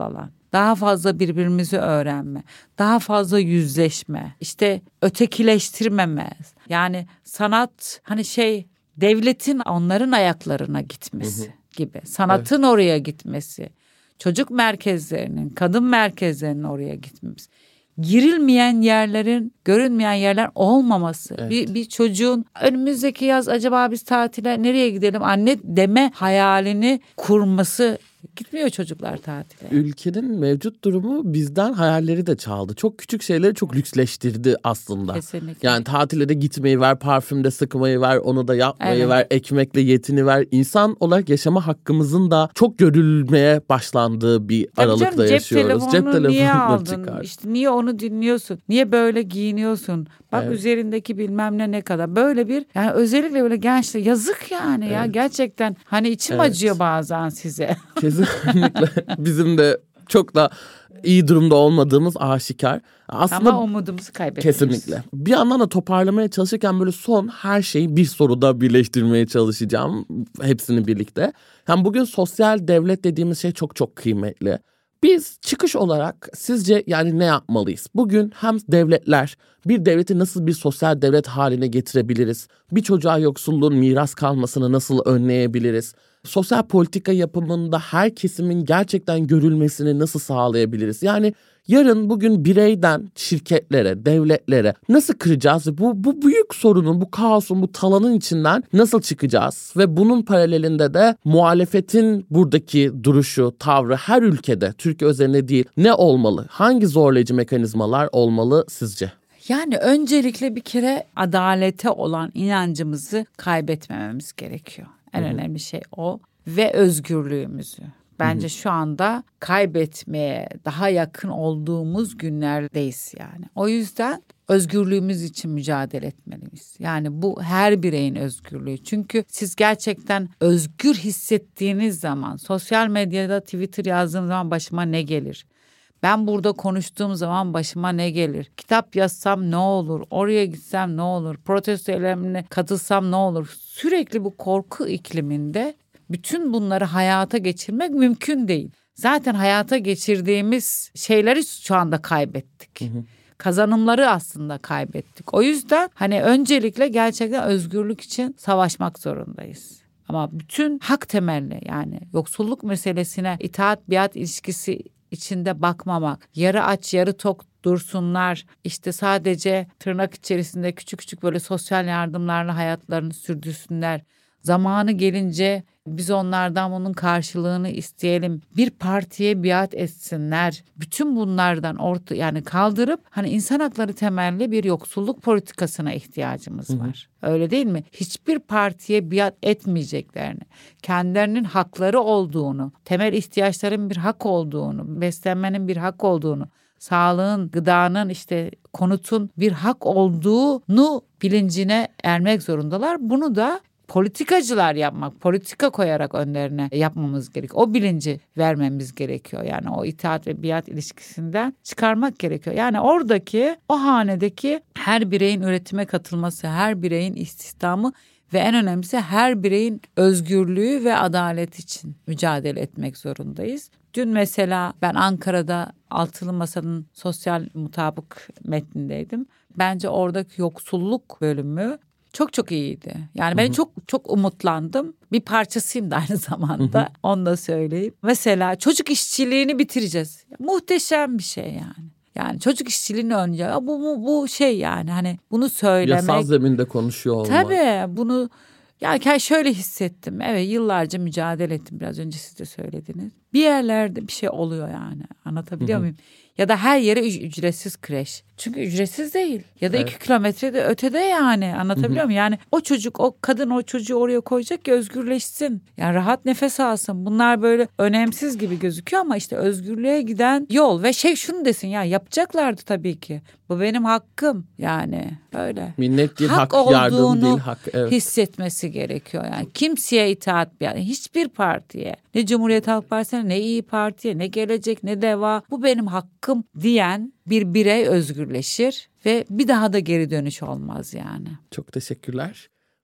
daha fazla birbirimizi öğrenme, daha fazla yüzleşme, işte ötekileştirmeme. Yani sanat hani şey devletin onların ayaklarına gitmesi hı hı. gibi, sanatın evet. oraya gitmesi, çocuk merkezlerinin, kadın merkezlerinin oraya gitmesi. Girilmeyen yerlerin, görünmeyen yerler olmaması. Evet. Bir, bir çocuğun önümüzdeki yaz acaba biz tatile nereye gidelim anne deme hayalini kurması. Gitmiyor çocuklar tatile. Ülkenin mevcut durumu bizden hayalleri de çaldı. Çok küçük şeyleri çok lüksleştirdi aslında. Kesinlikle. Yani tatile de gitmeyi ver, parfümde sıkmayı ver, onu da yapmayı evet. ver, ekmekle yetini ver. İnsan olarak yaşama hakkımızın da çok görülmeye başlandığı bir Tabii aralıkta canım, yaşıyoruz. Cep telefonunu niye aldın? Çıkar. İşte niye onu dinliyorsun? Niye böyle giyiniyorsun? Bak evet. üzerindeki bilmem ne ne kadar. Böyle bir yani özellikle böyle gençler yazık yani evet. ya gerçekten. Hani içim evet. acıyor bazen size. Kesinlikle bizim de çok da iyi durumda olmadığımız aşikar. Aslında ama umudumuzu kaybetmiyoruz. Kesinlikle. Bir yandan da toparlamaya çalışırken böyle son her şeyi bir soruda birleştirmeye çalışacağım. Hepsini birlikte. Yani bugün sosyal devlet dediğimiz şey çok çok kıymetli. Biz çıkış olarak sizce yani ne yapmalıyız? Bugün hem devletler bir devleti nasıl bir sosyal devlet haline getirebiliriz? Bir çocuğa yoksulluğun miras kalmasını nasıl önleyebiliriz? Sosyal politika yapımında her kesimin gerçekten görülmesini nasıl sağlayabiliriz? Yani yarın bugün bireyden şirketlere, devletlere nasıl kıracağız? Bu, bu büyük sorunun, bu kaosun, bu talanın içinden nasıl çıkacağız? Ve bunun paralelinde de muhalefetin buradaki duruşu, tavrı her ülkede, Türkiye özelinde değil ne olmalı? Hangi zorlayıcı mekanizmalar olmalı sizce? Yani öncelikle bir kere adalete olan inancımızı kaybetmememiz gerekiyor. En Hı-hı. önemli şey o ve özgürlüğümüzü. Bence Hı-hı. şu anda kaybetmeye daha yakın olduğumuz günlerdeyiz yani. O yüzden özgürlüğümüz için mücadele etmeliyiz. Yani bu her bireyin özgürlüğü. Çünkü siz gerçekten özgür hissettiğiniz zaman sosyal medyada Twitter yazdığım zaman başıma ne gelir? Ben burada konuştuğum zaman başıma ne gelir? Kitap yazsam ne olur? Oraya gitsem ne olur? Protesto eylemine katılsam ne olur? Sürekli bu korku ikliminde bütün bunları hayata geçirmek mümkün değil. Zaten hayata geçirdiğimiz şeyleri şu anda kaybettik. Hı hı. Kazanımları aslında kaybettik. O yüzden hani öncelikle gerçekten özgürlük için savaşmak zorundayız. Ama bütün hak temelli yani yoksulluk meselesine itaat biat ilişkisi içinde bakmamak, yarı aç yarı tok dursunlar, işte sadece tırnak içerisinde küçük küçük böyle sosyal yardımlarla hayatlarını sürdürsünler. Zamanı gelince biz onlardan bunun karşılığını isteyelim. Bir partiye biat etsinler. Bütün bunlardan orta yani kaldırıp hani insan hakları temelli bir yoksulluk politikasına ihtiyacımız var. Hı hı. Öyle değil mi? Hiçbir partiye biat etmeyeceklerini, kendilerinin hakları olduğunu, temel ihtiyaçların bir hak olduğunu, beslenmenin bir hak olduğunu, sağlığın, gıdanın, işte konutun bir hak olduğunu bilincine ermek zorundalar. Bunu da politikacılar yapmak, politika koyarak önlerine yapmamız gerekiyor. O bilinci vermemiz gerekiyor. Yani o itaat ve biat ilişkisinden çıkarmak gerekiyor. Yani oradaki, o hanedeki her bireyin üretime katılması, her bireyin istihdamı ve en önemlisi her bireyin özgürlüğü ve adalet için mücadele etmek zorundayız. Dün mesela ben Ankara'da Altılı Masa'nın sosyal mutabık metnindeydim. Bence oradaki yoksulluk bölümü çok çok iyiydi. Yani ben çok çok umutlandım. Bir parçasıyım da aynı zamanda. Hı hı. Onu da söyleyeyim. Mesela çocuk işçiliğini bitireceğiz. Muhteşem bir şey yani. Yani çocuk işçiliğini önce bu, bu, bu şey yani hani bunu söylemek. Yasal zeminde konuşuyor olmak. Tabii bunu yani şöyle hissettim. Evet yıllarca mücadele ettim. Biraz önce siz de söylediniz. Bir yerlerde bir şey oluyor yani. Anlatabiliyor Hı-hı. muyum? Ya da her yere ücretsiz kreş. Çünkü ücretsiz değil. Ya da evet. iki kilometrede ötede yani. Anlatabiliyor Hı-hı. muyum? Yani o çocuk, o kadın o çocuğu oraya koyacak ki özgürleşsin. Yani rahat nefes alsın. Bunlar böyle önemsiz gibi gözüküyor ama işte özgürlüğe giden yol. Ve şey şunu desin ya yapacaklardı tabii ki. Bu benim hakkım yani öyle. Minnet değil hak, hak yardım değil hak. Evet. Hissetmesi gerekiyor yani. Kimseye itaat yani hiçbir partiye ne Cumhuriyet Halk Partisi'ne ne İyi Parti'ye ne Gelecek ne Deva bu benim hakkım diyen bir birey özgürleşir ve bir daha da geri dönüş olmaz yani. Çok teşekkürler.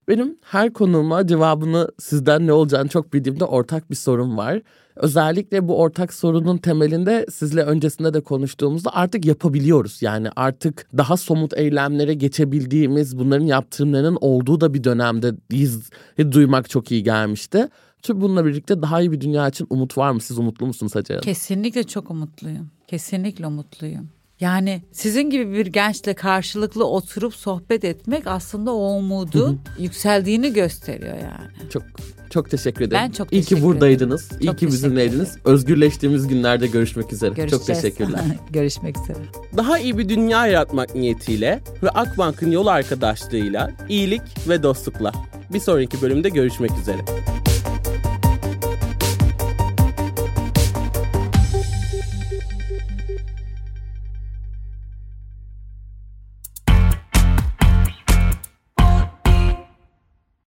Benim her konuğuma cevabını sizden ne olacağını çok bildiğimde ortak bir sorum var. Özellikle bu ortak sorunun temelinde sizle öncesinde de konuştuğumuzda artık yapabiliyoruz. Yani artık daha somut eylemlere geçebildiğimiz, bunların yaptırımlarının olduğu da bir dönemdeyiz. Duymak çok iyi gelmişti. Tüm bununla birlikte daha iyi bir dünya için umut var mı? Siz umutlu musunuz Hacer Hanım? Kesinlikle çok umutluyum. Kesinlikle umutluyum. Yani sizin gibi bir gençle karşılıklı oturup sohbet etmek aslında o umudun hı hı. yükseldiğini gösteriyor yani. Çok çok teşekkür ederim. Ben çok İyi teşekkür ki buradaydınız. ederim. İyi Çok ki bizimleydiniz. Özgürleştiğimiz günlerde görüşmek üzere. Görüşeceğiz. Çok teşekkürler. Görüşmek üzere. Daha iyi bir dünya yaratmak niyetiyle ve Akbank'ın yol arkadaşlığıyla iyilik ve dostlukla. Bir sonraki bölümde görüşmek üzere.